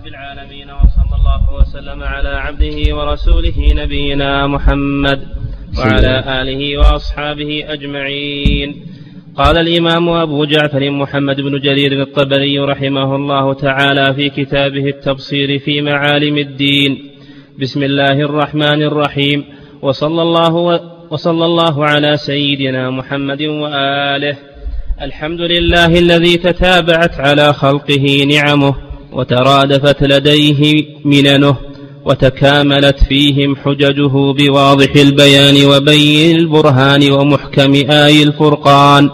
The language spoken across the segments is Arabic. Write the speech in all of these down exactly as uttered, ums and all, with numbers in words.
رب العالمين، وصلى الله وسلم على عبده ورسوله نبينا محمد وعلى آله وأصحابه أجمعين. قال الإمام أبو جعفر محمد بن جرير الطبري رحمه الله تعالى في كتابه التبصير في معالم الدين: بسم الله الرحمن الرحيم، وصلى الله, و... وصلى الله على سيدنا محمد وآله. الحمد لله الذي تتابعت على خلقه نعمه، وترادفت لديه مننه، وتكاملت فيهم حججه بواضح البيان وبين البرهان ومحكم آي الفرقان،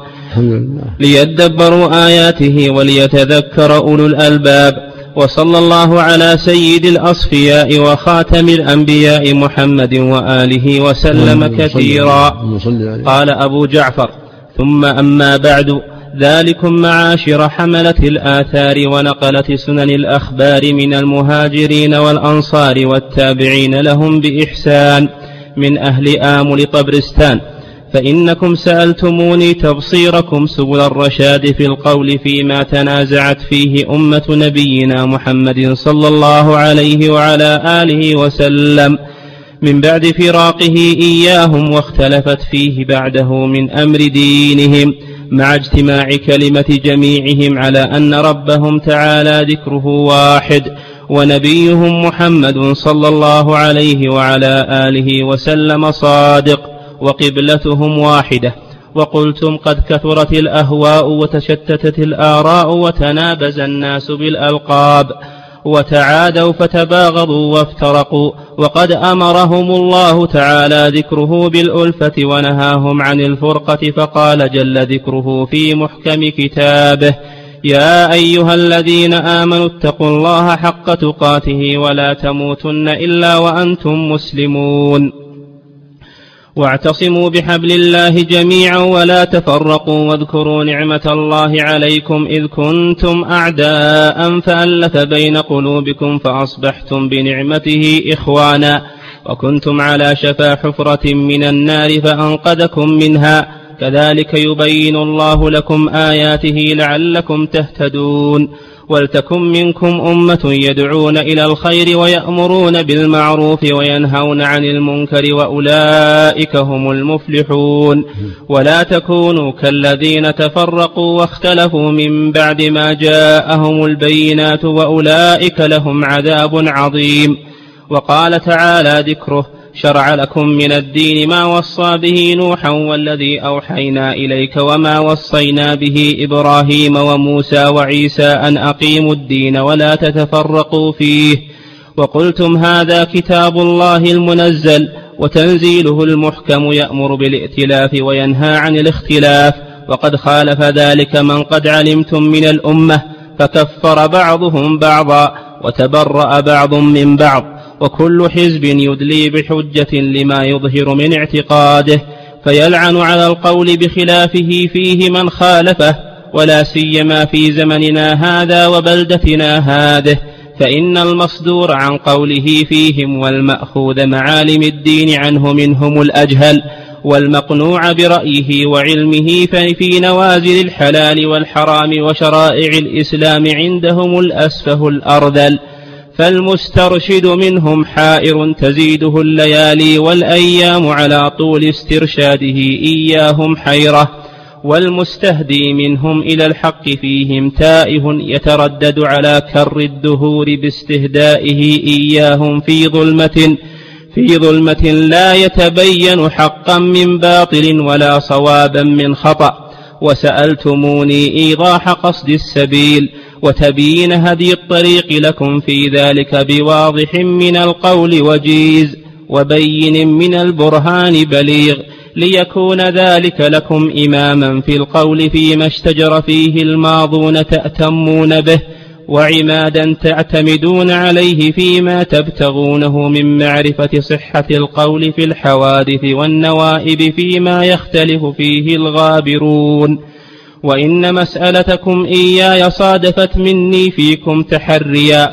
ليدبروا آياته وليتذكر أولو الألباب. وصلى الله على سيد الأصفياء وخاتم الأنبياء محمد وآله وسلم كثيرا. قال أبو جعفر: ثم أما بعد، ذلكم معاشر حملة الآثار ونقلة سنن الأخبار من المهاجرين والأنصار والتابعين لهم بإحسان من أهل آمل طبرستان، فإنكم سألتموني تبصيركم سبل الرشاد في القول فيما تنازعت فيه أمة نبينا محمد صلى الله عليه وعلى آله وسلم من بعد فراقه إياهم، واختلفت فيه بعده من أمر دينهم، مع اجتماع كلمة جميعهم على أن ربهم تعالى ذكره واحد، ونبيهم محمد صلى الله عليه وعلى آله وسلم صادق، وقبلتهم واحدة. وقلتم: قد كثرت الأهواء وتشتتت الآراء وتنابز الناس بالألقاب، وتعادوا فتباغضوا وافترقوا، وقد أمرهم الله تعالى ذكره بالألفة ونهاهم عن الفرقة، فقال جل ذكره في محكم كتابه: يا أيها الذين آمنوا اتقوا الله حق تقاته ولا تموتن إلا وأنتم مسلمون، واعتصموا بحبل الله جميعا ولا تفرقوا، واذكروا نعمة الله عليكم إذ كنتم أعداء فألف بين قلوبكم فأصبحتم بنعمته إخوانا، وكنتم على شفا حفرة من النار فأنقذكم منها، كذلك يبين الله لكم آياته لعلكم تهتدون. ولتكن منكم أمة يدعون إلى الخير ويأمرون بالمعروف وينهون عن المنكر، وأولئك هم المفلحون. ولا تكونوا كالذين تفرقوا واختلفوا من بعد ما جاءهم البينات، وأولئك لهم عذاب عظيم. وقال تعالى ذكره: شرع لكم من الدين ما وصى به نوحا والذي أوحينا إليك وما وصينا به إبراهيم وموسى وعيسى أن أقيموا الدين ولا تتفرقوا فيه. وقلتم: هذا كتاب الله المنزل وتنزيله المحكم يأمر بالائتلاف وينهى عن الاختلاف، وقد خالف ذلك من قد علمتم من الأمة، فكفر بعضهم بعضا وتبرأ بعض من بعض، وكل حزب يدلي بحجة لما يظهر من اعتقاده، فيلعن على القول بخلافه فيه من خالفه، ولا سيما في زمننا هذا وبلدتنا هذه، فإن المصدور عن قوله فيهم والمأخوذ معالم الدين عنه منهم الأجهل، والمقنوع برأيه وعلمه في نوازل الحلال والحرام وشرائع الإسلام عندهم الأسفه الأرذل، فالمسترشد منهم حائر تزيده الليالي والأيام على طول استرشاده إياهم حيرة، والمستهدي منهم إلى الحق فيهم تائه يتردد على كر الدهور باستهدائه إياهم في ظلمة في ظلمة لا يتبين حقا من باطل ولا صوابا من خطأ. وسألتموني إيضاح قصد السبيل وتبيين هدي الطريق لكم في ذلك بواضح من القول وجيز، وبين من البرهان بليغ، ليكون ذلك لكم إماما في القول فيما اشتجر فيه الماضون تأتمون به، وعمادا تعتمدون عليه فيما تبتغونه من معرفة صحة القول في الحوادث والنوائب فيما يختلف فيه الغابرون. وإن مسألتكم إياي صادفت مني فيكم تحريا،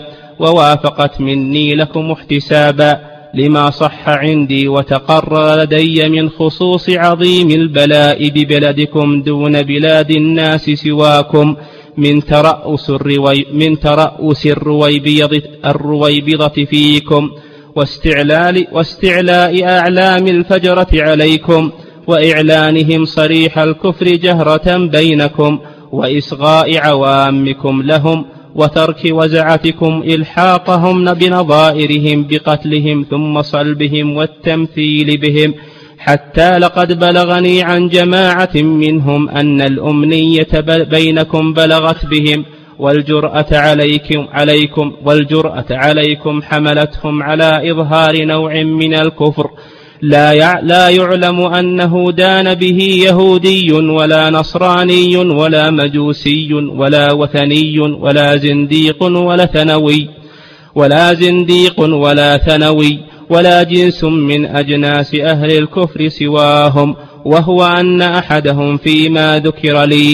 ووافقت مني لكم احتسابا، لما صح عندي وتقرر لدي من خصوص عظيم البلاء ببلدكم دون بلاد الناس سواكم، من ترأس, الروي من ترأس الرويبضة, الرويبضة فيكم واستعلاء, واستعلاء أعلام الفجرة عليكم وإعلانهم صريح الكفر جهرة بينكم وإصغاء عوامكم لهم وترك وزعتكم إلحاقهم بنظائرهم بقتلهم ثم صلبهم والتمثيل بهم، حتى لقد بلغني عن جماعة منهم أن الأمنية بينكم بلغت بهم، والجرأة عليكم, عليكم, والجرأة عليكم حملتهم على إظهار نوع من الكفر لا لا يعلم أنه دان به يهودي ولا نصراني ولا مجوسي ولا وثني ولا زنديق ولا ثنوي ولا زنديق ولا ثنوي ولا جنس من أجناس أهل الكفر سواهم، وهو أن أحدهم فيما ذكر لي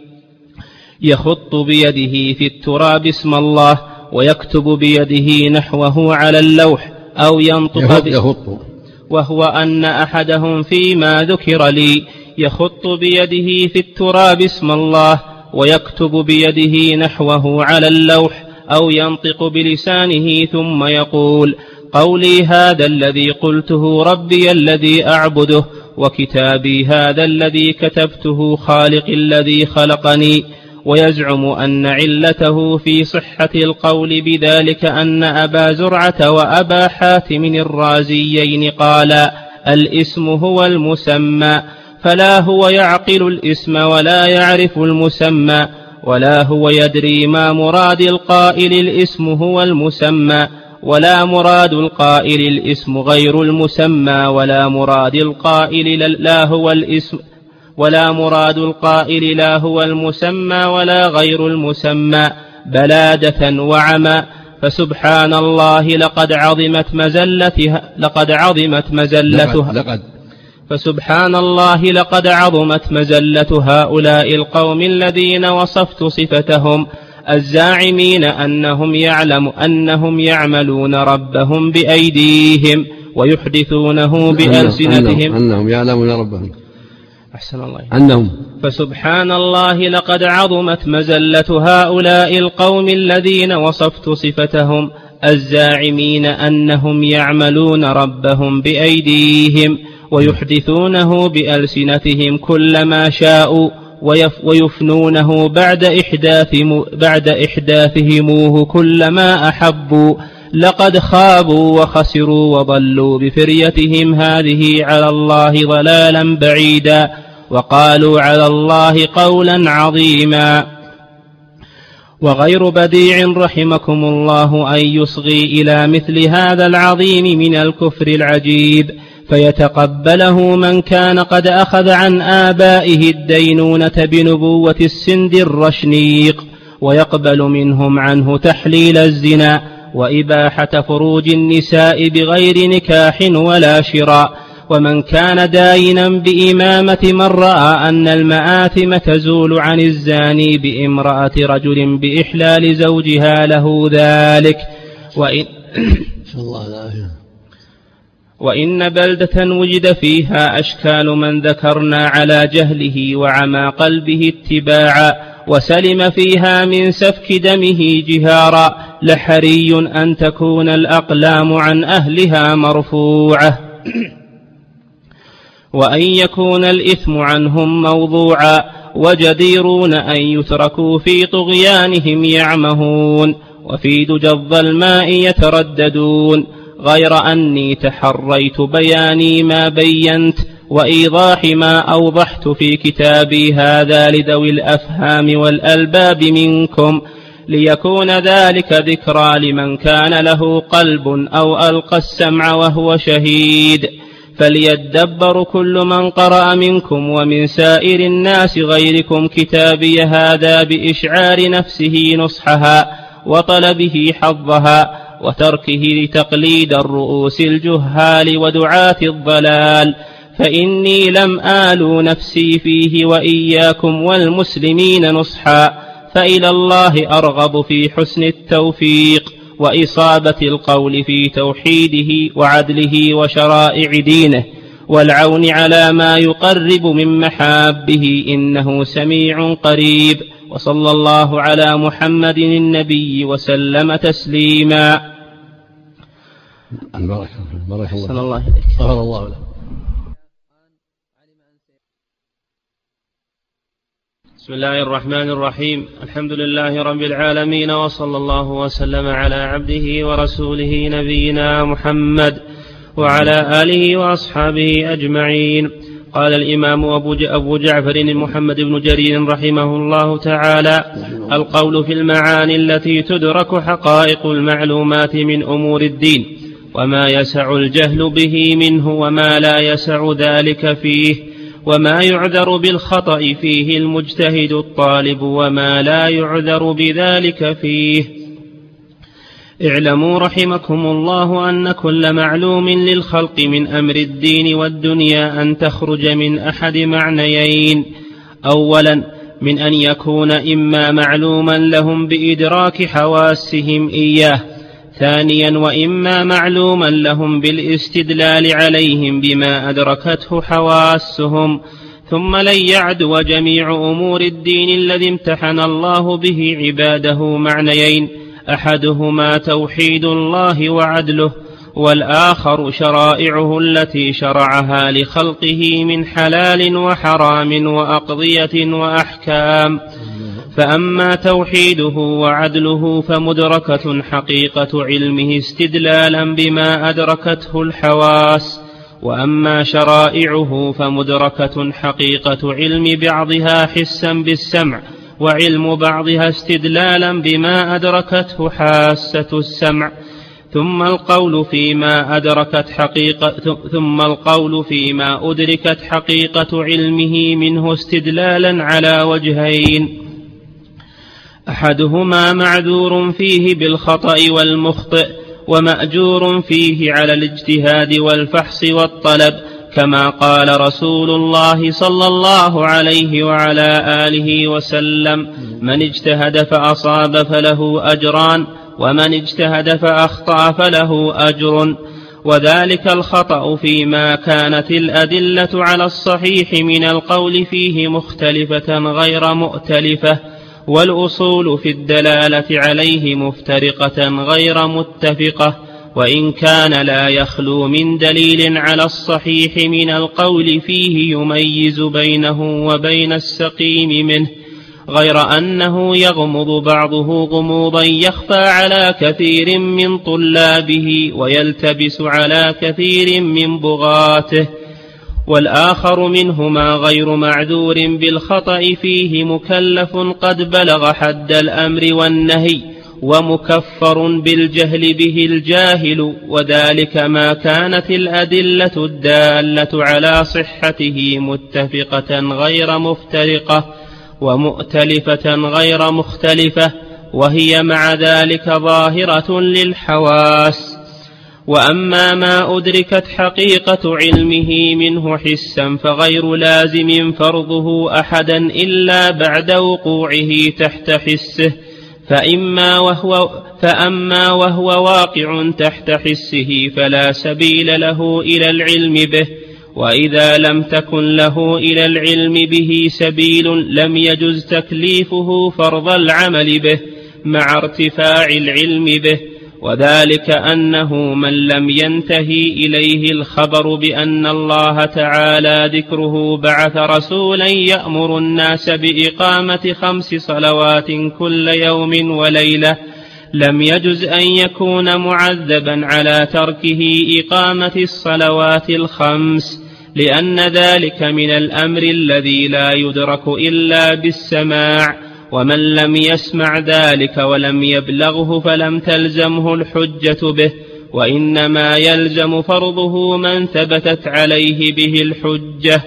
يخط بيده في التراب اسم الله ويكتب بيده نحوه على اللوح أو ينطق يخط وهو أن أحدهم فيما ذكر لي يخط بيده في التراب اسم الله ويكتب بيده نحوه على اللوح أو ينطق بلسانه ثم يقول قولي هذا الذي قلته ربي الذي أعبده وكتابي هذا الذي كتبته خالق الذي خلقني، ويزعم أن علته في صحة القول بذلك أن أبا زرعة وأبا حاتم الرازيين قالا الاسم هو المسمى، فلا هو يعقل الاسم ولا يعرف المسمى، ولا هو يدري ما مراد القائل الاسم هو المسمى، ولا مراد القائل الاسم غير المسمى، ولا مراد القائل لا هو الاسم ولا مراد القائل لا هو المسمى ولا غير المسمى، بلادة وعمى. فسبحان الله لقد عظمت مزلتها لقد عظمت مزلتها لقد فسبحان الله لقد عظمت مزلة هؤلاء القوم الذين وصفت صفتهم الزاعمين أنهم يعلم أنهم يعملون ربهم بأيديهم ويحدثونه بألسنتهم أنهم يعلمون ربهم أحسن الله أنهم فسبحان الله لقد عظمت مزلة هؤلاء القوم الذين وصفت صفتهم الزاعمين أنهم يعملون ربهم بأيديهم ويحدثونه بألسنتهم كل ما شاءوا ويفنونه بعد إحداث بعد إحداثهموه كل ما أحبوا، لقد خابوا وخسروا وضلوا بفريتهم هذه على الله ضلالا بعيدا، وقالوا على الله قولا عظيما. وغير بديع رحمكم الله أن يصغي إلى مثل هذا العظيم من الكفر العجيب فيتقبله من كان قد أخذ عن آبائه الدينونة بنبوة السند الرشنيق، ويقبل منهم عنه تحليل الزنا وإباحة فروج النساء بغير نكاح ولا شراء، ومن كان داينا بإمامة من رأى أن المآثم تزول عن الزاني بامرأة رجل بإحلال زوجها له ذلك. وإن وإن بلدة وجد فيها أشكال من ذكرنا على جهله وعمى قلبه اتباعا وسلم فيها من سفك دمه جهارا لحري أن تكون الأقلام عن أهلها مرفوعة وأن يكون الإثم عنهم موضوعا، وجديرون أن يتركوا في طغيانهم يعمهون وفي دجى الظلماء يترددون، غير أني تحريت بياني ما بينت وإيضاح ما أوضحت في كتابي هذا لذوي الأفهام والألباب منكم، ليكون ذلك ذكرى لمن كان له قلب أو ألقى السمع وهو شهيد، فليدبر كل من قرأ منكم ومن سائر الناس غيركم كتابي هذا بإشعار نفسه نصحها وطلبه حظها وتركه تقليد الرؤوس الجهال ودعاة الضلال، فإني لم آلوا نفسي فيه وإياكم والمسلمين نصحا، فإلى الله أرغب في حسن التوفيق وإصابة القول في توحيده وعدله وشرائع دينه والعون على ما يقرب من محابه، إنه سميع قريب. وصلى الله على محمد النبي وسلم تسليما. بارك الله فيك. الله إليك. غفر الله له. بسم الله الرحمن الرحيم. الحمد لله رب العالمين، وصلى الله وسلم على عبده ورسوله نبينا محمد وعلى آله وأصحابه أجمعين. قال الإمام أبو جعفر محمد بن جرير رحمه الله تعالى: القول في المعاني التي تدرك حقائق المعلومات من أمور الدين، وما يسع الجهل به منه وما لا يسع ذلك فيه، وما يعذر بالخطأ فيه المجتهد الطالب وما لا يعذر بذلك فيه. اعلموا رحمكم الله أن كل معلوم للخلق من أمر الدين والدنيا أن تخرج من أحد معنيين: أولا من أن يكون إما معلوما لهم بإدراك حواسهم إياه، ثانيا وإما معلوما لهم بالاستدلال عليهم بما أدركته حواسهم. ثم لن يعدو جميع أمور الدين الذي امتحن الله به عباده معنيين: أحدهما توحيد الله وعدله، والآخر شرائعه التي شرعها لخلقه من حلال وحرام وأقضية وأحكام. فأما توحيده وعدله فمدركة حقيقة علمه استدلالا بما أدركته الحواس، وأما شرائعه فمدركة حقيقة علم بعضها حسا بالسمع، وعلم بعضها استدلالا بما أدركته حاسة السمع. ثم القول فيما أدركت حقيقة ثم القول فيما أدركت حقيقة علمه منه استدلالا على وجهين: أحدهما معذور فيه بالخطأ والمخطئ، ومأجور فيه على الاجتهاد والفحص والطلب، كما قال رسول الله صلى الله عليه وعلى آله وسلم: من اجتهد فأصاب فله أجران، ومن اجتهد فأخطأ فله أجر. وذلك الخطأ فيما كانت الأدلة على الصحيح من القول فيه مختلفة غير مؤتلفة، والأصول في الدلالة عليه مفترقة غير متفقة، وإن كان لا يخلو من دليل على الصحيح من القول فيه يميز بينه وبين السقيم منه، غير أنه يغمض بعضه غموضا يخفى على كثير من طلابه ويلتبس على كثير من بغاته. والآخر منهما غير معذور بالخطأ فيه مكلف قد بلغ حد الأمر والنهي، ومكفر بالجهل به الجاهل، وذلك ما كانت الأدلة الدالة على صحته متفقة غير مفترقة، ومؤتلفة غير مختلفة، وهي مع ذلك ظاهرة للحواس. وأما ما أدركت حقيقة علمه منه حسا فغير لازم فرضه أحدا إلا بعد وقوعه تحت حسه، فإما وهو فأما وهو واقع تحت حسه فلا سبيل له إلى العلم به، وإذا لم تكن له إلى العلم به سبيل لم يجز تكليفه فرض العمل به مع ارتفاع العلم به. وذلك أنه من لم ينتهي إليه الخبر بأن الله تعالى ذكره بعث رسولا يأمر الناس بإقامة خمس صلوات كل يوم وليلة، لم يجز أن يكون معذبا على تركه إقامة الصلوات الخمس، لأن ذلك من الأمر الذي لا يدرك إلا بالسماع، ومن لم يسمع ذلك ولم يبلغه فلم تلزمه الحجة به، وإنما يلزم فرضه من ثبتت عليه به الحجة.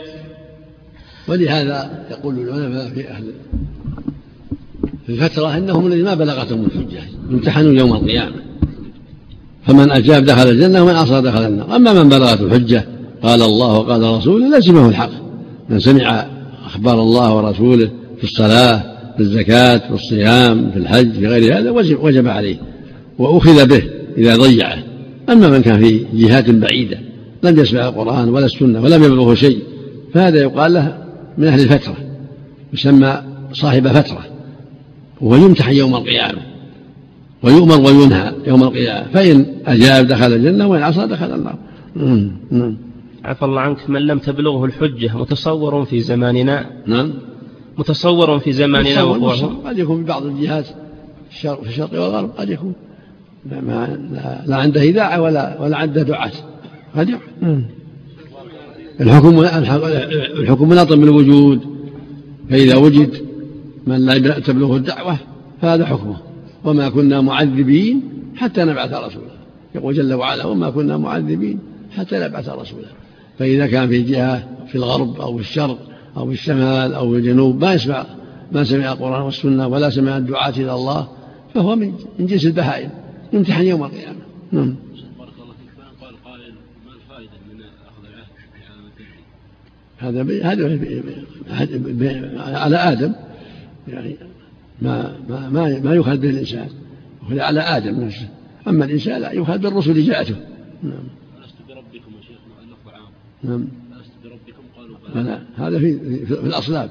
ولهذا يقول العلماء في أهل في الفترة إنهم الذين ما بلغتهم الحجة يمتحنون يوم القيامة، فمن أجاب دخل الجنة ومن عصى دخل النار. أما من بلغت الحجة قال الله وقال رسوله لزمه الحق، من سمع أخبار الله ورسوله في الصلاة في الزكاة في الصيام في الحج في غير هذا وجب عليه وأخذ به إذا ضيعه. أما من كان في جهات بعيدة لم يسمع القرآن ولا السنة ولم يبلغه شيء فهذا يقال له من أهل الفترة، يسمى صاحب فترة، ويمتحن يوم القيامة ويؤمر وينهى يوم القيامة، فإن أجاب دخل الجنة وإن عصى دخل النار. نعم. عفى الله عنك، من لم تبلغه الحجة متصور في زماننا. نعم. متصور في زماننا وقوعه. قد يكون في بعض الجهات في الشرق والغرب، قد يكون لا, لا عنده إذاعة ولا ولا عنده دعاة، قد يكون. الحكم الحكم مناط بالوجود، فإذا وجد من لا تبلغه الدعوة فهذا حكمه. وما كنا معذبين حتى نبعث رسولا، يقول جل وعلا وما كنا معذبين حتى نبعث رسولا. فإذا كان في جهة في الغرب أو في الشرق أو في الشمال أو في الجنوب ما يسمع ما سمع القرآن والسنة ولا سمع الدعاة إلى الله، فهو من جنس البهائم يمتحن يوم القيامة. نعم. هذا هذا على آدم، يعني ما ما ما, ما يؤخذ به الإنسان، يؤخذ على آدم نفسه، أما الإنسان لا يؤخذ بالرسل جاءته. نعم. ألست بربكم يا شيخنا اللفظ عام. نعم. ألست بربكم قالوا بلى. هذا في في الأصلاب،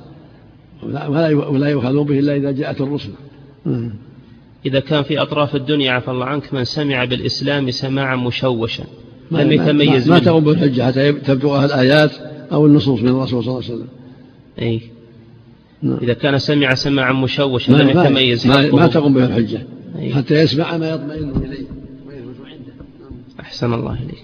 ولا يؤخذ به إلا إذا جاءت الرسل. نعم. إذا كان في أطراف الدنيا عفى الله عنك من سمع بالإسلام سماعا مشوشا لم يتميز، ما, ما تقوم بالحجة حتى تبلغها الآيات أو النصوص من الرسول صلى الله عليه وسلم. أي. نعم. إذا كان سمع سماعا مشوشا لم يتميز ما, ما تقوم به الحجة. أي. حتى يسمع ما يطمئن إليه ويثبت عنده. أحسن الله إليك.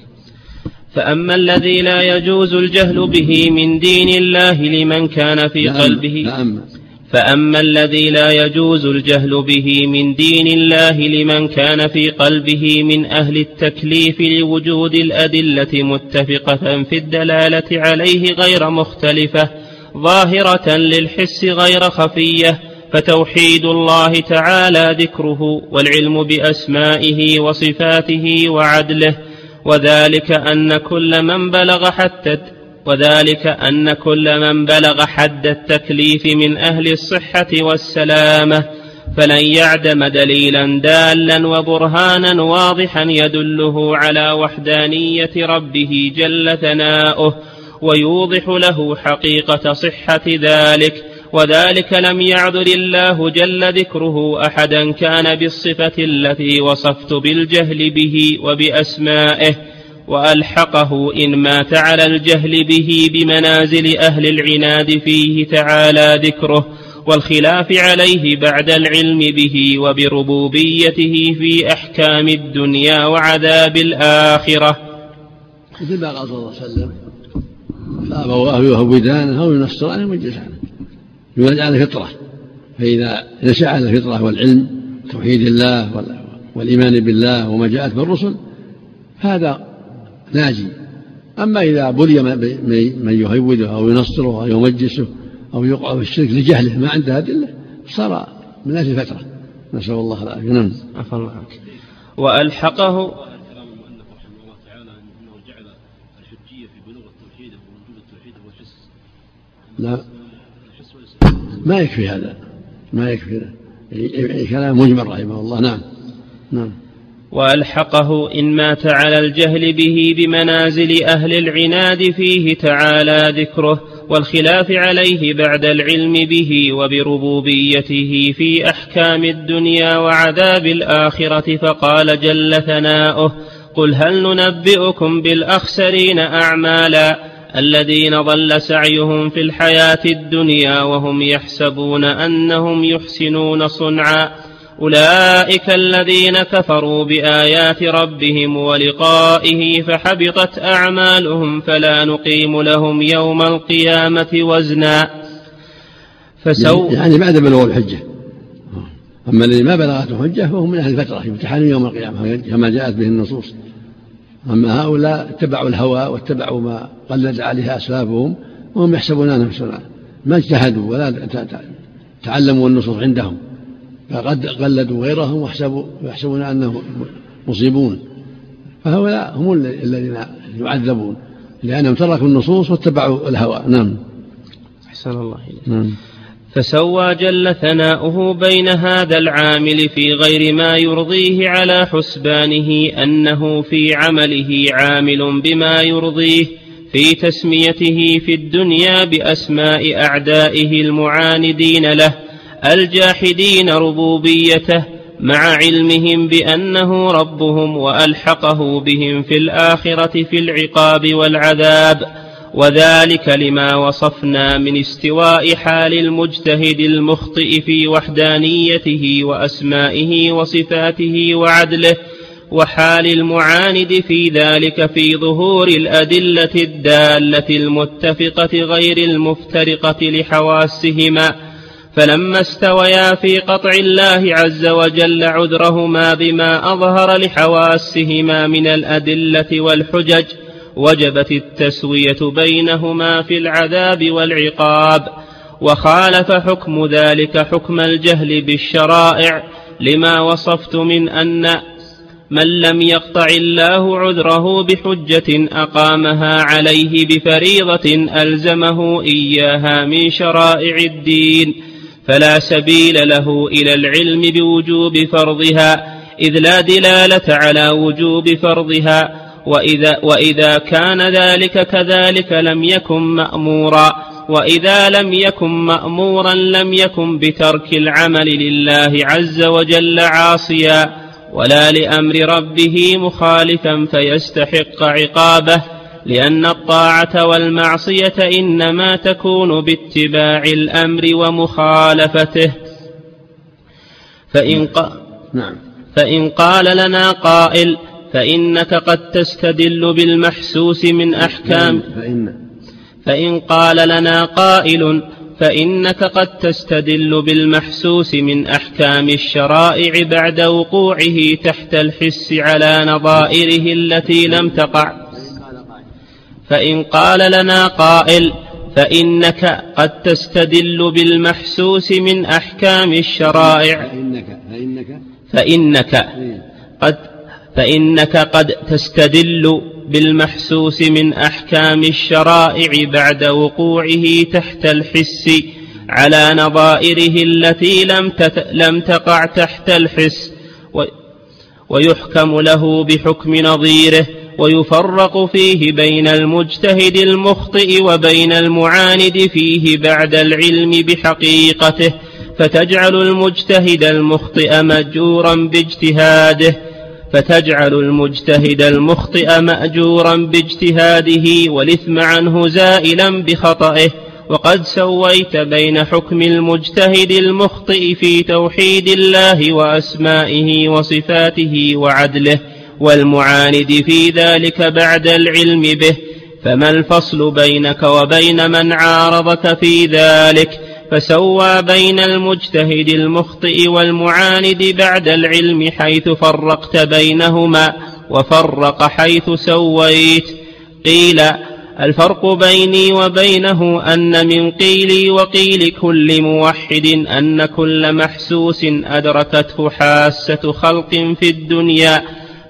فأما الذي لا يجوز الجهل به من دين الله لمن كان في لأما. قلبه لأما. فأما الذي لا يجوز الجهل به من دين الله لمن كان في قلبه من أهل التكليف لوجود الأدلة متفقة في الدلالة عليه غير مختلفة ظاهرة للحس غير خفية، فتوحيد الله تعالى ذكره والعلم بأسمائه وصفاته وعدله، وذلك أن كل من بلغ حتى وذلك أن كل من بلغ حد التكليف من أهل الصحة والسلامة فلن يعدم دليلا دالا وبرهانا واضحا يدله على وحدانية ربه جل ثناؤه ويوضح له حقيقة صحة ذلك، وذلك لم يعذر الله جل ذكره أحدا كان بالصفة التي وصفت بالجهل به وبأسمائه، وألحقه إن مات على الجهل به بمنازل أهل العناد فيه تعالى ذكره والخلاف عليه بعد العلم به وبربوبيته في أحكام الدنيا وعذاب الآخرة. مثل ما قال صلى الله عليه وسلم فأبواه يهودانه أو ينصرانه ويجلسانه، يولد على الفطرة، فإذا نشأ على الفطرة والعلم توحيد الله والإيمان بالله وما جاءت بالرسل هذا ناجي. أما إذا بلي من يهوده أو ينصره أو يمجسه أو يقع في الشرك لجهله ما عنده أدلة صار من أهل الفترة، نسأل الله العافية. نعم. عفى الله عنك. وألحقه لا ما يكفي هذا، ما يكفي كلام مجمل رحمه الله. نعم. نعم. وألحقه إن مات على الجهل به بمنازل أهل العناد فيه تعالى ذكره والخلاف عليه بعد العلم به وبربوبيته في أحكام الدنيا وعذاب الآخرة، فقال جل ثناؤه قل هل ننبئكم بالأخسرين أعمالا الذين ضل سعيهم في الحياة الدنيا وهم يحسبون أنهم يحسنون صنعا أولئك الذين كفروا بآيات ربهم ولقائه فحبطت أعمالهم فلا نقيم لهم يوم القيامة وزنا. فسو يعني بعد بلوغ الحجة. أما الذي ما بلغته حجة فهم من أهل الفترة يمتحنون يوم القيامة كما جاءت به النصوص. أما هؤلاء اتبعوا الهوى واتبعوا ما قلد عليها أسلافهم وهم يحسبون أنهم صنعا، ما اجتهدوا ولا تعلموا النصوص عندهم، فقد قلدوا غيرهم ويحسبون أنهم مصيبون، فهؤلاء هم الذين يعذبون لأنهم تركوا النصوص واتبعوا الهوى. نعم. أحسن الله إليك. نعم. فسوى جل ثناؤه بين هذا العامل في غير ما يرضيه على حسبانه أنه في عمله عامل بما يرضيه في تسميته في الدنيا بأسماء أعدائه المعاندين له الجاحدين ربوبيته مع علمهم بأنه ربهم، وألحقه بهم في الآخرة في العقاب والعذاب، وذلك لما وصفنا من استواء حال المجتهد المخطئ في وحدانيته وأسمائه وصفاته وعدله، وحال المعاند في ذلك في ظهور الأدلة الدالة المتفقة غير المفترقة لحواسهما. فلما استويا في قطع الله عز وجل عذرهما بما أظهر لحواسهما من الأدلة والحجج، وجبت التسوية بينهما في العذاب والعقاب. وخالف حكم ذلك حكم الجهل بالشرائع لما وصفت من أن من لم يقطع الله عذره بحجة أقامها عليه بفريضة ألزمه إياها من شرائع الدين، فلا سبيل له إلى العلم بوجوب فرضها، إذ لا دلالة على وجوب فرضها. وإذا, وإذا كان ذلك كذلك لم يكن مأمورا، وإذا لم يكن مأمورا لم يكن بترك العمل لله عز وجل عاصيا، ولا لأمر ربه مخالفا فيستحق عقابه، لأن الطاعة والمعصية إنما تكون باتباع الأمر ومخالفته. فإن, ق... نعم. فإن قال لنا قائل فإنك قد تستدل بالمحسوس من أحكام فإن, فإن قال لنا قائل فإنك قد تستدل بالمحسوس من أحكام الشرائع بعد وقوعه تحت الحس على نظائره التي لم تقع. فإن قال لنا قائل فإنك قد تستدل بالمحسوس من أحكام الشرائع فإنك, فإنك, فإنك قد فإنك قد تستدل بالمحسوس من أحكام الشرائع بعد وقوعه تحت الحس على نظائره التي لم, تت... لم تقع تحت الحس، و... ويحكم له بحكم نظيره، ويفرق فيه بين المجتهد المخطئ وبين المعاند فيه بعد العلم بحقيقته، فتجعل المجتهد المخطئ مأجورا باجتهاده فتجعل المجتهد المخطئ مأجورا باجتهاده والإثم عنه زائلا بخطئه. وقد سويت بين حكم المجتهد المخطئ في توحيد الله وأسمائه وصفاته وعدله والمعاند في ذلك بعد العلم به، فما الفصل بينك وبين من عارضك في ذلك؟ فسوى بين المجتهد المخطئ والمعاند بعد العلم حيث فرقت بينهما، وفرق حيث سويت. قيل الفرق بيني وبينه أن من قيلي وقيل كل موحد أن كل محسوس أدركته حاسة خلق في الدنيا،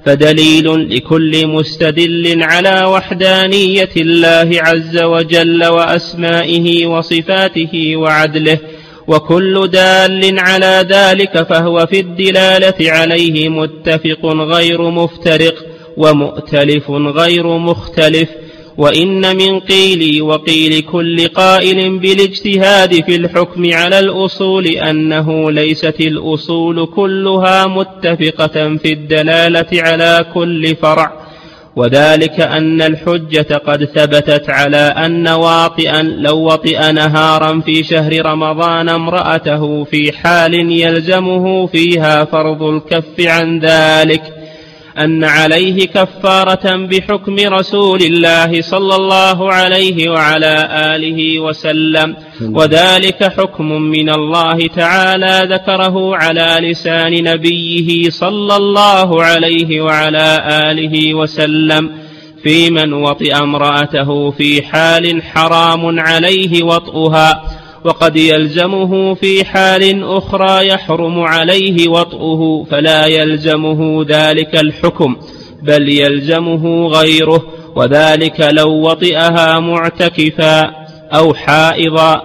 فدليل لكل مستدل على وحدانية الله عز وجل وأسمائه وصفاته وعدله، وكل دال على ذلك فهو في الدلالة عليه متفق غير مفترق، ومؤتلف غير مختلف. وإن من قيلي وقيل كل قائل بالاجتهاد في الحكم على الأصول أنه ليست الأصول كلها متفقة في الدلالة على كل فرع، وذلك أن الحجة قد ثبتت على أن واطئا لو وطئ نهارا في شهر رمضان امرأته في حال يلزمه فيها فرض الكف عن ذلك أن عليه كفارة بحكم رسول الله صلى الله عليه وعلى آله وسلم، وذلك حكم من الله تعالى ذكره على لسان نبيه صلى الله عليه وعلى آله وسلم في من وطئ امرأته في حال حرام عليه وطئها، وقد يلزمه في حال أخرى يحرم عليه وطئه، فلا يلزمه ذلك الحكم بل يلزمه غيره، وذلك لو وطئها معتكفا أو حائضا.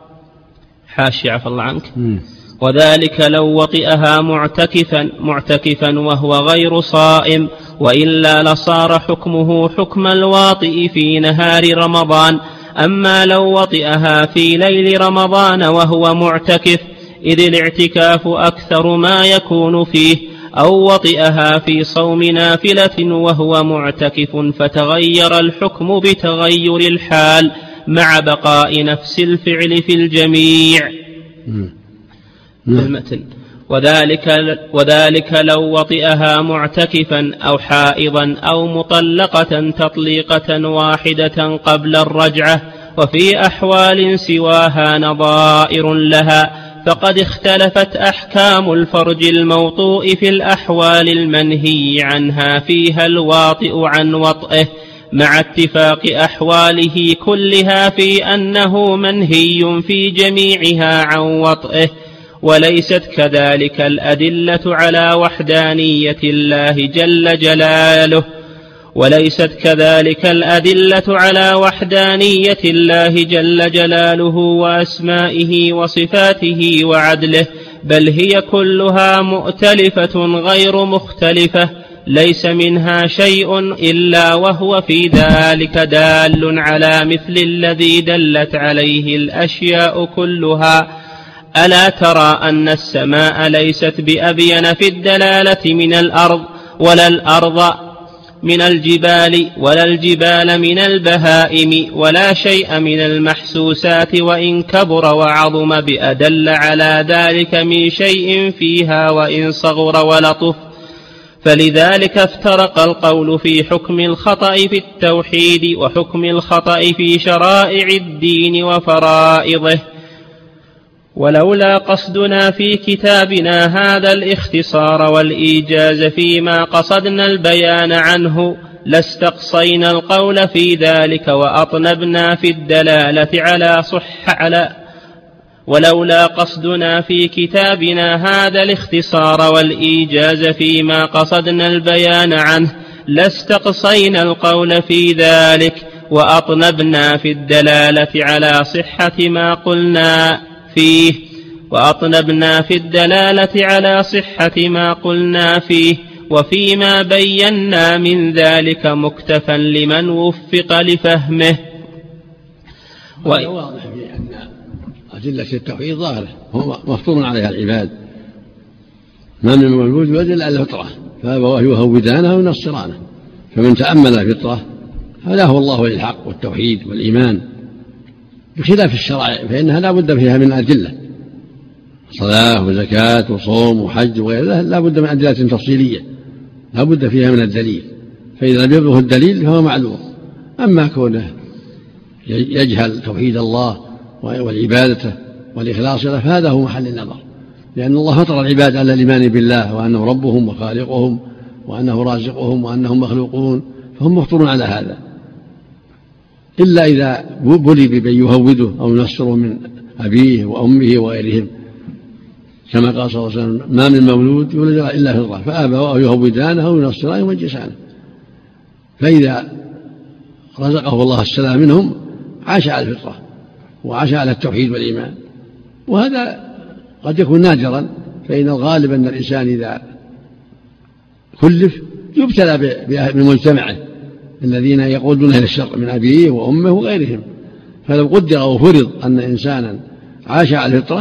حاشي عفى الله عنك. وذلك لو وطئها معتكفا معتكفا وهو غير صائم، وإلا لصار حكمه حكم الواطئ في نهار رمضان. أما لو وطئها في ليل رمضان وهو معتكف إذ الاعتكاف أكثر ما يكون فيه، أو وطئها في صوم نافلة وهو معتكف فتغير الحكم بتغير الحال مع بقاء نفس الفعل في الجميع. المتن وذلك, وذلك لو وطئها معتكفا أو حائضا أو مطلقة تطليقة واحدة قبل الرجعة، وفي أحوال سواها نظائر لها، فقد اختلفت أحكام الفرج الموطوء في الأحوال المنهي عنها فيها الواطئ عن وطئه، مع اتفاق أحواله كلها في أنه منهي في جميعها عن وطئه. وليست كذلك الأدلة على وحدانية الله جل جلاله وليست كذلك الأدلة على وحدانية الله جل جلاله وأسمائه وصفاته وعدله، بل هي كلها مؤتلفة غير مختلفة، ليس منها شيء إلا وهو في ذلك دال على مثل الذي دلت عليه الأشياء كلها. ألا ترى أن السماء ليست بأبين في الدلالة من الأرض، ولا الأرض من الجبال، ولا الجبال من البهائم، ولا شيء من المحسوسات وإن كبر وعظم بأدل على ذلك من شيء فيها وإن صغر ولطف. فلذلك افترق القول في حكم الخطأ في التوحيد وحكم الخطأ في شرائع الدين وفرائضه. ولولا قصدنا في كتابنا هذا الاختصار والإيجاز فيما قصدنا البيان عنه لاستقصينا القول في ذلك وأطنبنا في الدلالة على صح على ولولا قصدنا في كتابنا هذا الاختصار والإيجاز فيما قصدنا البيان عنه لاستقصينا القول في ذلك وأطنبنا في الدلالة على صحة ما قلنا فيه وأطنبنا في الدلالة على صحة ما قلنا فيه وفيما بينا من ذلك مكتفا لمن وفق لفهمه. وهذا واضح في أن أدلة التوحيد ظاهرة هو مفطور عليها العباد، ما من مولود يولد إلا الفطرة، فأبواه يهودانه وينصرانه، فمن تأمل الفطرة هداه الله للحق والتوحيد والإيمان، بخلاف الشرائع فإنها لا بد فيها من أدلة، صلاة وزكاة وصوم وحج وغيرها لا بد من أدلة تفصيلية، لا بد فيها من الدليل، فإذا لم يبلغ الدليل فهو معلوم. أما كونه يجهل توحيد الله والعبادة والإخلاص له فهذا هو محل النظر، لأن الله فطر العباد على الإيمان بالله وأنه ربهم وخالقهم وأنه رازقهم وأنهم مخلوقون، فهم مفطرون على هذا، إلا إذا بلي بمن يهوده أو ينصره من أبيه وأمه وغيرهم، كما قال صلى الله عليه وسلم: ما من مولود يولد إلا فطرة فأبواه يهودانه أو ينصرانه ويمجسانه. فإذا رزقه الله السلام منهم عاش على الفطرة وعاش على التوحيد والإيمان، وهذا قد يكون نادرا، فإن الغالب أن الإنسان إذا كلف يبتلى بمجتمعه الذين يقودون إلى الشر من أبيه وأمه وغيرهم، فلو قدر أو فرض أن إنسانا عاش على الفطرة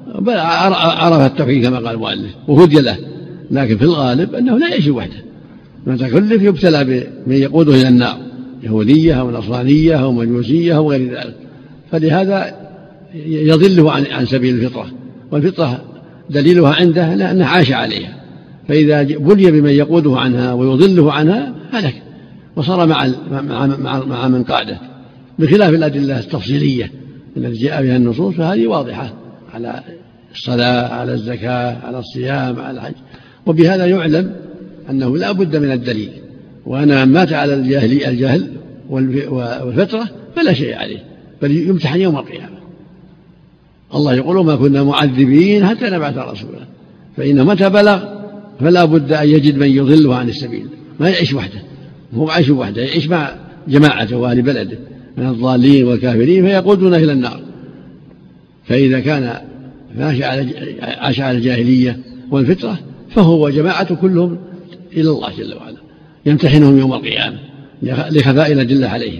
عرف التوحيد كما قال المؤلف وهدي له، لكن في الغالب أنه لا يعيش وحده، من تكلف يبتلى بمن يقوده إلى النار، يهودية أو نصرانية أو مجوسية أو غير ذلك، فلهذا يضله عن سبيل الفطرة، والفطرة دليلها عنده أنه عاش عليها، فإذا بلي بمن يقوده عنها ويضله عنها هلك وصار مع مع مع من قاعده، بخلاف الأدلة التفصيلية التي جاء بها النصوص، فهذه واضحة على الصلاة، على الزكاة، على الصيام، على الحج، وبهذا يعلم أنه لا بد من الدليل، وأن من مات على الجهل الجهل والفترة فلا شيء عليه، بل يمتحن يوم القيامة. الله يقول: ما كنا معذبين حتى نبعث رسولا، فإن متى بلغ فلا بد أن يجد من يضله عن السبيل، ما يعيش وحده، هو عايش وحده، يعيش مع جماعته وأهل بلده من الضالين والكافرين فيقودون إلى النار. فإذا كان عاش على الجاهلية والفترة فهو جماعة كلهم إلى الله جل وعلا، يمتحنهم يوم القيامة لخفاء الأدلة عليهم.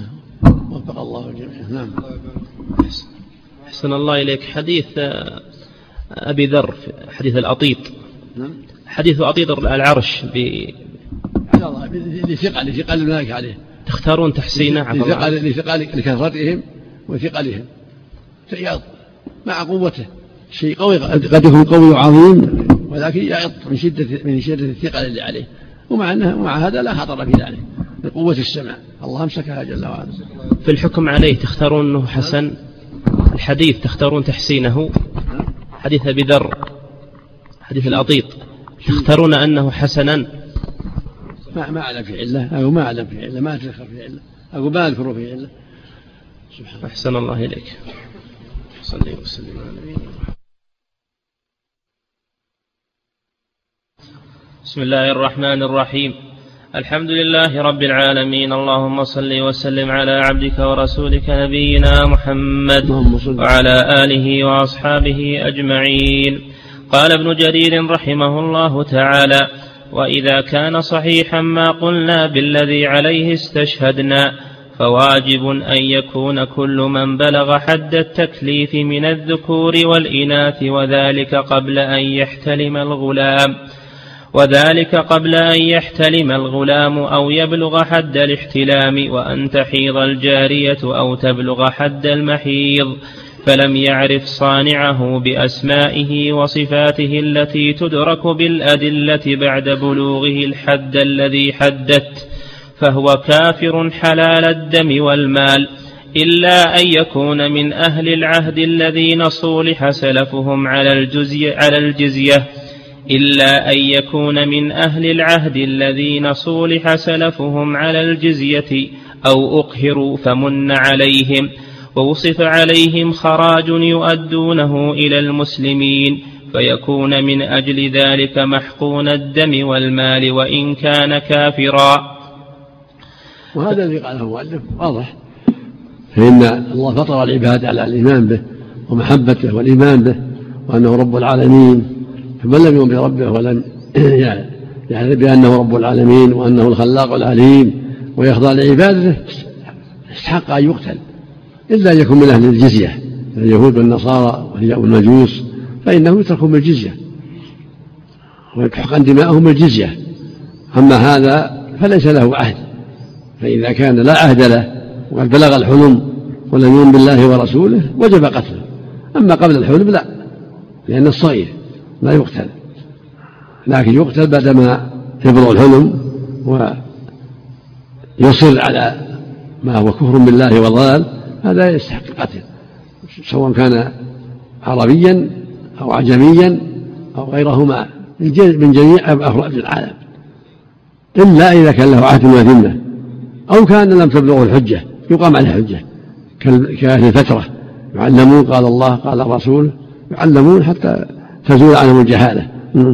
وفق الله الجميع. نعم. أحسن الله إليك. حديث أبي ذر حديث الأطيط، حديث أطيط العرش ب لثقل لثقل الملائك عليه، تختارون تحسينه لثقل لكثرتهم وثقلهم فيعط مع قوته، شيء قوي قد يكون قوي وعظيم ولكن يعط من شدة من شدة الثقل اللي عليه، ومع أنه ومع هذا لا خطر في ذلك لقوة السمع، الله أمسكها جل وعلا. في الحكم عليه تختارون أنه حسن؟ الحديث تختارون تحسينه؟ حديث أبي ذر حديث الأطيط تختارون أنه حسنا؟ ما ما أعلم في علة أو ما أعلم في علة، ما أتذكر في علة أو ما أذكر في علة. أحسن الله إليك. صلي وسلم على نبينا. بسم الله الرحمن الرحيم. الحمد لله رب العالمين، اللهم صل وسلم على عبدك ورسولك نبينا محمد وعلى آله وأصحابه أجمعين. قال ابن جرير رحمه الله تعالى: وإذا كان صحيحا ما قلنا بالذي عليه استشهدنا، فواجب أن يكون كل من بلغ حد التكليف من الذكور والإناث، وذلك قبل أن يحتلم الغلام وذلك قبل أن يحتلم الغلام أو يبلغ حد الاحتلام، وأن تحيض الجارية أو تبلغ حد المحيض، فلم يعرف صانعه بأسمائه وصفاته التي تدرك بالأدلة بعد بلوغه الحد الذي حددت، فهو كافر حلال الدم والمال، إلا أن يكون من أهل العهد الذين صولح سلفهم على الجزية, على الجزية إلا أن يكون من أهل العهد الذين صولح سلفهم على الجزية أو أقهروا فمن عليهم ووصف عليهم خراج يؤدونه إلى المسلمين، فيكون من أجل ذلك محقون الدم والمال وإن كان كافرا. وهذا الذي قاله المؤلف واضح، فإن الله فطر العباد على الإيمان به ومحبته والإيمان به وأنه رب العالمين، فمن لم يؤمن بربه ولم يعرف بأنه رب العالمين وأنه الخلاق العليم ويخضع لعبادته استحق أن يقتل، إلا أن يكون من أهل الجزية اليهود والنصارى والمجوس، فإنهم يتركون بالجزية ويحقن دماءهم الجزية. أما هذا فليس له عهد، فإذا كان لا عهد له وقد بلغ الحلم ولم يؤمن بالله ورسوله وجب قتله. أما قبل الحلم لا، لأن الصغير لا يقتل، لكن يقتل بعدما يبلغ الحلم ويصر على ما هو كفر بالله وضلال، هذا يستحق القتل سواء كان عربيا أو عجميا أو غيرهما من جميع أفراد العالم، إلا إذا كان له عهد وذمة أو كان لم تبلغه الحجة يقام عليه الحجة كأهل الفترة يعلمون قال الله قال الرسول، يعلمون حتى تزول عنهم الجهالة.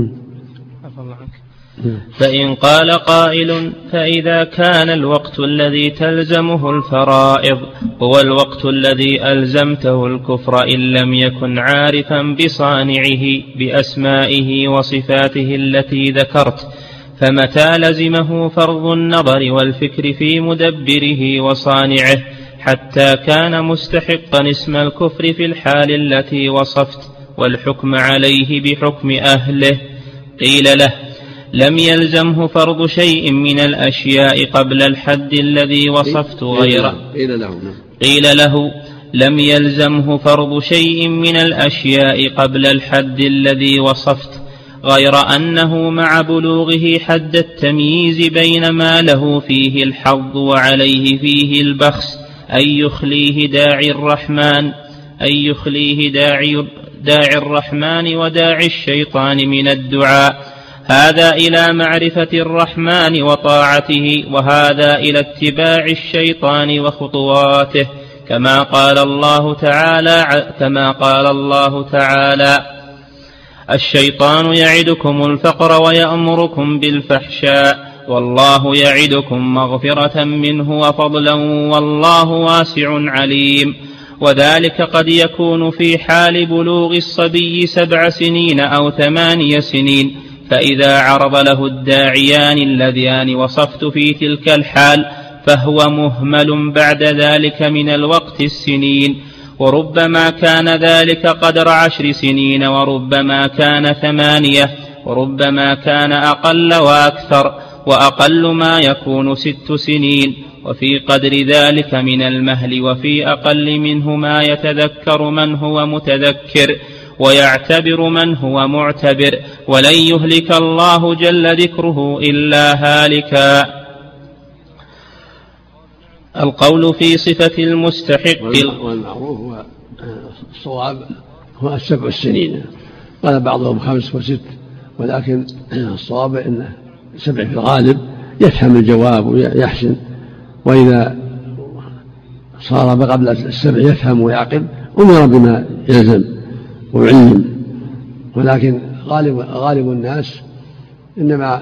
فإن قال قائل: فإذا كان الوقت الذي تلزمه الفرائض هو الوقت الذي ألزمته الكفر إن لم يكن عارفا بصانعه بأسمائه وصفاته التي ذكرت، فمتى لزمه فرض النظر والفكر في مدبره وصانعه حتى كان مستحقا اسم الكفر في الحال التي وصفت، والحكم عليه بحكم أهله؟ قيل له: لم يلزمه فرض شيء من الأشياء قبل الحد الذي وصفت غيره. قيل له: لم يلزمه فرض شيء من الأشياء قبل الحد الذي وصفت، غير أنه مع بلوغه حد التمييز بين ما له فيه الحظ وعليه فيه البخس أن يخليه داعي الرحمن أن يخليه داعي, داعي الرحمن وداعي الشيطان من الدعاء، هذا إلى معرفة الرحمن وطاعته، وهذا إلى اتباع الشيطان وخطواته، كما قال الله تعالى كما قال الله تعالى: الشيطان يعدكم الفقر ويأمركم بالفحشاء والله يعدكم مغفرة منه وفضلا والله واسع عليم. وذلك قد يكون في حال بلوغ الصبي سبع سنين أو ثماني سنين، فإذا عرض له الداعيان اللذان وصفت في تلك الحال فهو مهمل بعد ذلك من الوقت السنين. وربما كان ذلك قدر عشر سنين، وربما كان ثمانية، وربما كان أقل وأكثر، وأقل ما يكون ست سنين، وفي قدر ذلك من المهل، وفي أقل منه ما يتذكر من هو متذكر ويعتبر من هو معتبر، ولن يهلك الله جل ذكره إلا هالكا. القول في صفة المستحق. والمعروف هو الصواب هو السبع السنين، قال بعضهم خمس وست، ولكن الصواب إنه سبع في الغالب، يفهم الجواب ويحسن، وإذا صار قبل السبع يفهم ويعقل أمر بما يلزم ويعلم. ولكن غالب, غالب الناس إنما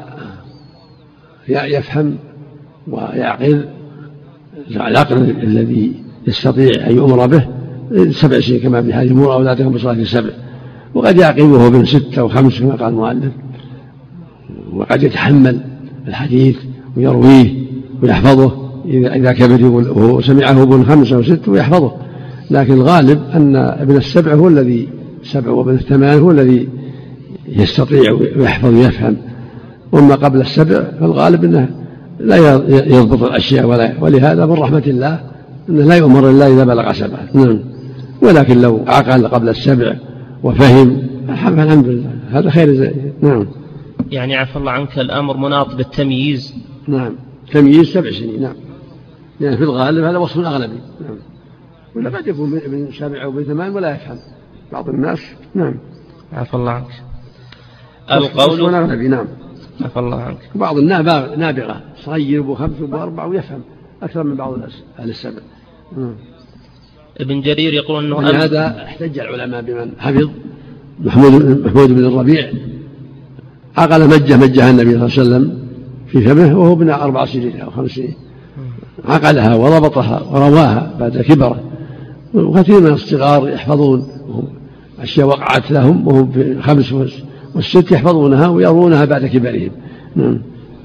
يفهم ويعقل العقل الذي يستطيع أن يؤمر به سبع سنين، كما في هذه المرأة أولادكم بصلاة السبع، وقد يعقله ابن ستة وخمس كما قال المؤلف، وقد يتحمل الحديث ويرويه ويحفظه إذا كبر وهو سمعه ابن خمسة أو ست ويحفظه. لكن الغالب أن ابن السبع هو الذي سبع، وابن الثمان هو الذي يستطيع ويحفظ ويفهم. وما قبل السبع فالغالب أنه لا يضبط الأشياء، ولهذا من رحمة الله أنه لا يؤمر إلا إذا بلغ سبعة. نعم. ولكن لو عقل قبل السبع وفهم الحمد لله هذا خير زي. نعم. يعني عفى الله عنك الأمر مناط بالتمييز. نعم، تمييز سبع سنين. نعم، يعني في الغالب هذا وصف أغلبي. نعم. ولا قد يكون من سبع أو من ثمان ولا يفهم بعض الناس. نعم. عفى الله عنك. القول وصف أغلبي. نعم. عفى الله عنك. بعض النابغة صغير وخمس وأربعة ويفهم أكثر من بعض أهل السبع. نعم. ابن جرير يقول أنه هذا احتج العلماء بمن حفظ محمود, محمود بن الربيع عقل مجة مجها النبي صلى الله عليه وسلم في فمه وهو ابن أربع سنين أو خمس سنين، عقلها وربطها ورواها بعد كبره. وكثير من الصغار يحفظون أشياء وقعت لهم وهم في الخمس والست يحفظونها ويرونها بعد كبرهم. نعم.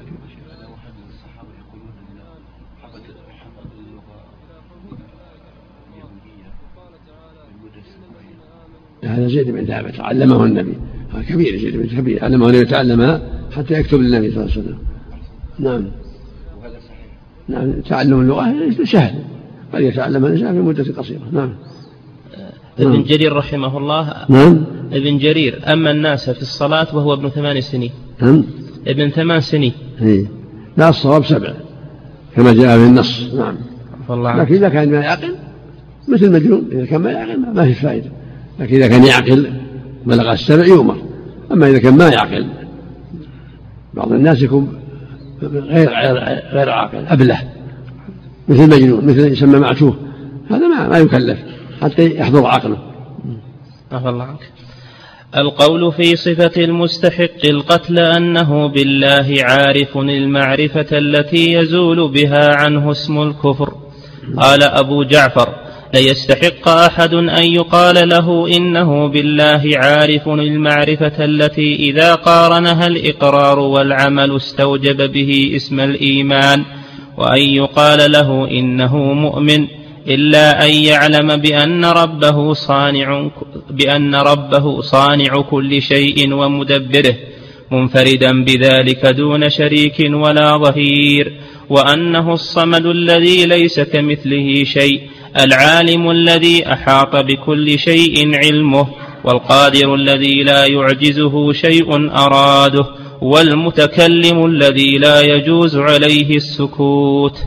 هذا زيد بن ثابت علمه النبي، هذا كبير، زيد بن كبير علمه النبي يتعلمها حتى يكتب للنبي صلى الله عليه وسلم. نعم. نعم، تعلم اللغة سهل، قد يتعلم الإنسان في مدة قصيرة. نعم. ابن جرير رحمه الله. نعم. ابن جرير أما الناس في الصلاة وهو ابن ثمان سنين. نعم. ابن ثمان سنين. إيه. لا، الصواب سبع كما جاء في النص. نعم. لكن إذا كان ما يعقل مثل مجنون، إذا كان ما يعقل ما في فائدة. لكن إذا كان يعقل بلغ السبع يؤمر. أما إذا كان ما يعقل، بعض الناس يكون غير غير عاقل أبله مثل مجنون، مثل يسمى معتوه، هذا ما ما يكلف حتى يحضر عقله. عفى الله عنك. القول في صفة المستحق القتل أنه بالله عارف المعرفة التي يزول بها عنه اسم الكفر. قال أبو جعفر: ليستحق أحد أن يقال له إنه بالله عارف المعرفة التي إذا قارنها الإقرار والعمل استوجب به اسم الإيمان، وأن يقال له إنه مؤمن، إلا أن يعلم بأن ربه صانع بأن ربه صانع كل شيء ومدبره، منفردا بذلك دون شريك ولا ظهير، وأنه الصمد الذي ليس كمثله شيء، العالم الذي أحاط بكل شيء علمه، والقادر الذي لا يعجزه شيء أراده، والمتكلم الذي لا يجوز عليه السكوت.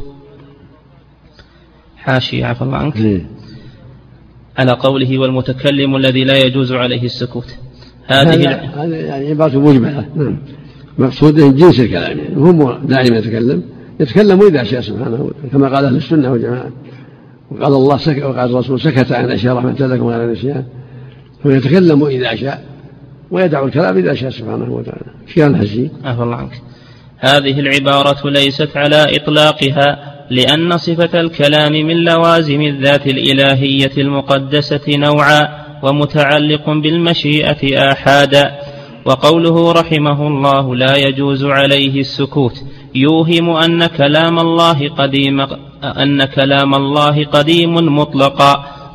حاشي عفى الله عنك. ليه؟ على قوله والمتكلم الذي لا يجوز عليه السكوت، هذه هذا يعني عبارة مجملة. نعم. مقصوده جنس الكلام، يعني هو دائما يتكلم يتكلم إذا شاء سبحانه، كما قال أهل السنة والجماعة. وقال الله سكت، وقال الرسول سكت عن أشياء رحمة لكم وعلى نسيان، فيتكلم إذا شاء ويدع الكلام إذا شاء سبحانه وتعالى. شيئا الحزين. عفى الله عنك. هذه العبارة ليست على إطلاقها، لأن صفة الكلام من لوازم الذات الإلهية المقدسة نوعا، ومتعلق بالمشيئة آحادا. وقوله رحمه الله لا يجوز عليه السكوت يوهم أن كلام الله قديم أن كلام الله قديم مطلقا،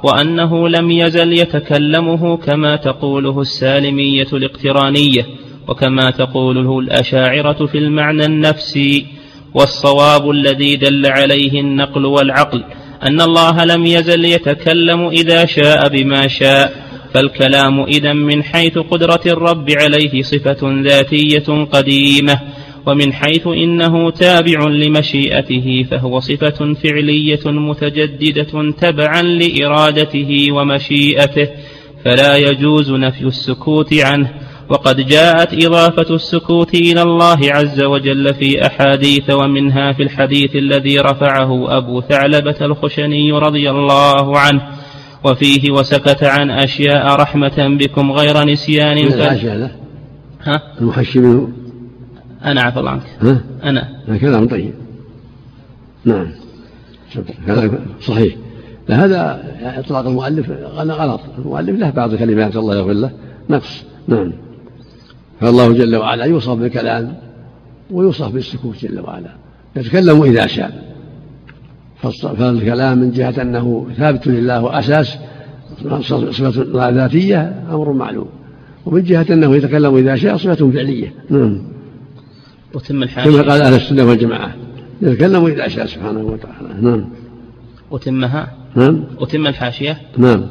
وأنه لم يزل يتكلمه كما تقوله السالمية الاقترانية وكما تقوله الأشاعرة في المعنى النفسي. والصواب الذي دل عليه النقل والعقل أن الله لم يزل يتكلم إذا شاء بما شاء، فالكلام إذن من حيث قدرة الرب عليه صفة ذاتية قديمة، ومن حيث إنه تابع لمشيئته فهو صفة فعلية متجددة تبعا لإرادته ومشيئته، فلا يجوز نفي السكوت عنه. وقد جاءت إضافة السكوت إلى الله عز وجل في أحاديث، ومنها في الحديث الذي رفعه أبو ثعلبة الخشني رضي الله عنه وفيه: وسكت عن أشياء رحمة بكم غير نسيان. ف... ها؟ المحشي منه أنا عفى الله عنك. ها؟ أنا كلام طيب. نعم كلام صحيح. هذا إطلاق المؤلف غلط. المؤلف له بعض كلمات الله يغفر له نقص. نعم. فالله جل وعلا يوصف بالكلام ويوصف بالسكوت جل وعلا، يتكلم إذا شاء، فالكلام من جهة أنه ثابت لله وأساس صفة ذاتية أمر معلوم، ومن جهة أنه يتكلم إذا شاء صفة فعلية. نعم. وتم الحاشية كما قال أهل السنة والجماعة يتكلم إذا شاء سبحانه وتعالى. نعم. وتمها. نعم. وتم الحاشية. نعم.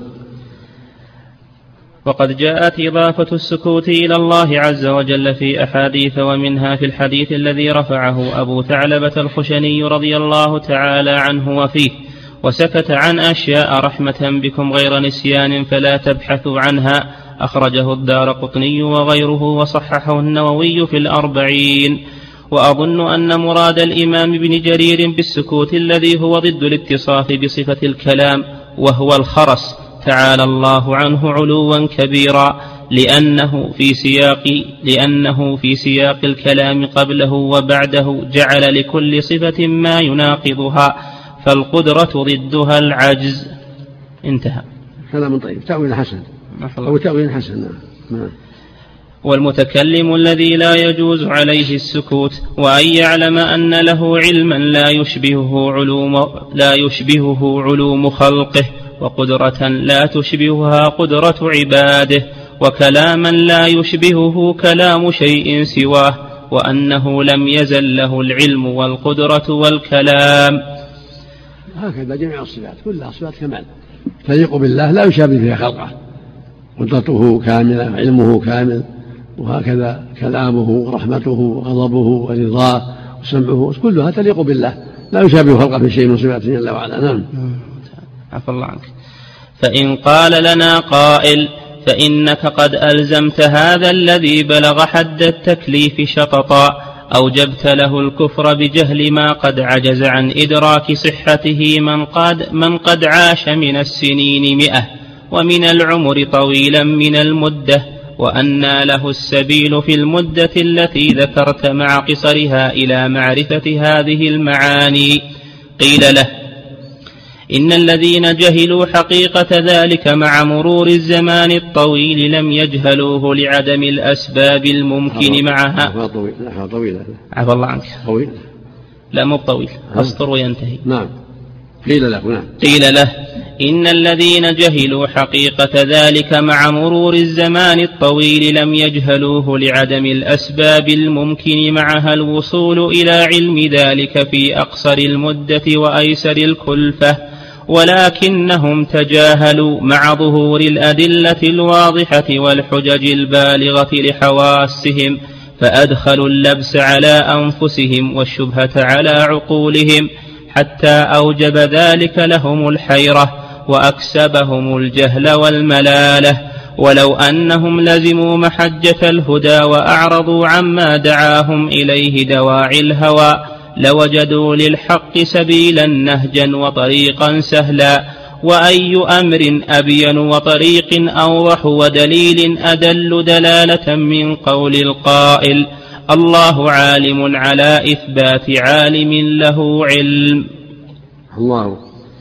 وقد جاءت إضافة السكوت إلى الله عز وجل في أحاديث، ومنها في الحديث الذي رفعه أبو ثعلبة الخشني رضي الله تعالى عنه وفيه: وسكت عن أشياء رحمة بكم غير نسيان فلا تبحثوا عنها، أخرجه الدارقطني وغيره وصححه النووي في الأربعين. وأظن أن مراد الإمام ابن جرير بالسكوت الذي هو ضد الاتصاف بصفة الكلام وهو الخرس تعالى الله عنه علوا كبيرا، لأنه في سياق لأنه في سياق الكلام قبله وبعده جعل لكل صفة ما يناقضها، فالقدرة ضدها العجز. انتهى. كلام طيب. تأويل حسن أو تأويل حسن. نعم. والمتكلم الذي لا يجوز عليه السكوت وأن يعلم أن له علما لا يشبهه علوم لا يشبهه علوم خلقه، وقدرة لا تشبهها قدرة عباده، وكلاما لا يشبهه كلام شيء سواه، وأنه لم يزل له العلم والقدرة والكلام. هكذا جميع الصفات كلها صفات كمال تليق بالله لا يشابه فيها خلقه، قدرته كاملة، علمه كامل، وهكذا كلامه ورحمته وغضبه ورضاه وسمعه كلها تليق بالله لا يشابه خلقه في شيء من صفاته جل وعلا. نعم. عفى الله عنك. فإن قال لنا قائل: فإنك قد ألزمت هذا الذي بلغ حد التكليف شططا، أوجبت له الكفر بجهل ما قد عجز عن إدراك صحته من قد, من قد عاش من السنين مئة ومن العمر طويلا من المدة، وأنى له السبيل في المدة التي ذكرت مع قصرها إلى معرفة هذه المعاني. قيل له: إن الذين جهلوا حقيقة ذلك مع مرور الزمان الطويل لم يجهلوه لعدم الأسباب الممكن معها. طويلة. عفى الله عنك. طويل. لا مو طويل، أسطر وينتهي. نعم. قيل له. نعم. قيل له: إن الذين جهلوا حقيقة ذلك مع مرور الزمان الطويل لم يجهلوه لعدم الأسباب الممكن معها الوصول إلى علم ذلك في أقصر المدة وأيسر الكلفة، ولكنهم تجاهلوا مع ظهور الأدلة الواضحة والحجج البالغة لحواسهم، فأدخلوا اللبس على أنفسهم والشبهة على عقولهم، حتى أوجب ذلك لهم الحيرة وأكسبهم الجهل والملالة. ولو أنهم لزموا محجة الهدى وأعرضوا عما دعاهم إليه دواعي الهوى لوجدوا للحق سبيلا نهجا وطريقا سهلا. وأي أمر أبين وطريق أوضح ودليل أدل دلالة من قول القائل: الله عالم على إثبات عالم له علم. الله.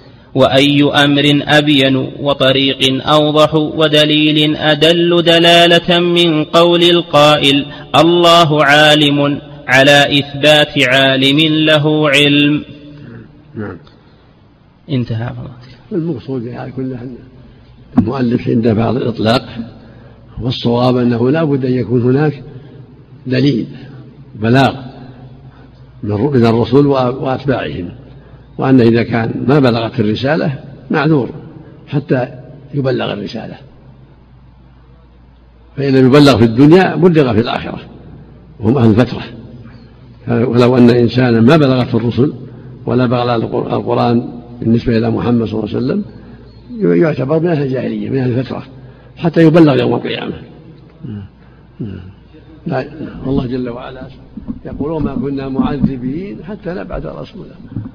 وأي أمر أبين وطريق أوضح ودليل أدل دلالة من قول القائل: الله عالم على إثبات عالم له علم. نعم. انتهى. المقصود يعني كله أن المؤلف عند بعض الإطلاق، والصواب أنه لا بد أن يكون هناك دليل بلاغ من الرسل وأتباعهم، وأن إذا كان ما بلغت الرسالة معذور حتى يبلغ الرسالة، فإن لم يبلغ في الدنيا بلغ في الآخرة وهم أهل الفترة. ولو أن إنسانا ما بلغت الرسل ولا بلغ القرآن بالنسبة إلى محمد صلى الله عليه وسلم يعتبر من أهل الجاهلية من أهل الفترة حتى يبلغ يوم القيامة. لا الله جل وعلا يقول وما كنا معذبين حتى نبعث رسولا.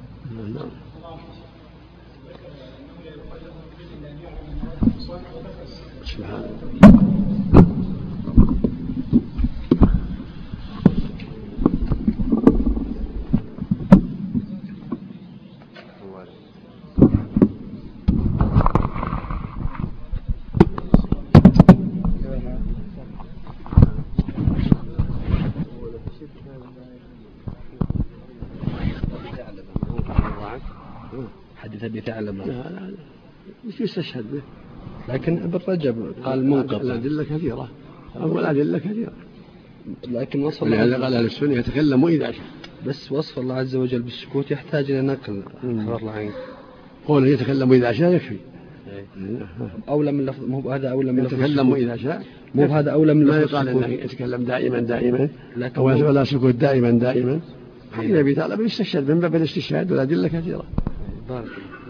سبحان الله. حديث أبي ثعلبة لا لا لا مش يستشهد به، لكن ابن رجب قال منقطع. الأدلة كثيرة، أول أدلة كثيرة، لكن وصف الله قال أهل السنة يتكلم إذا شاء، بس وصف الله عز وجل بالسكوت يحتاج إلى نقل. حفظ الله عنك قوله يتكلم إذا شاء يكفي. أولى من لفظ، مو هذا أولى من لفظ يتكلم إذا شاء، مو هذا أولى من لفظ. ما يقال أنه يتكلم دائما دائما ولا سكوت دائما دائما. حديث أبي ثعلبة يستشهد من باب الاستشهاد والأدلة كثيرة. بارك الله.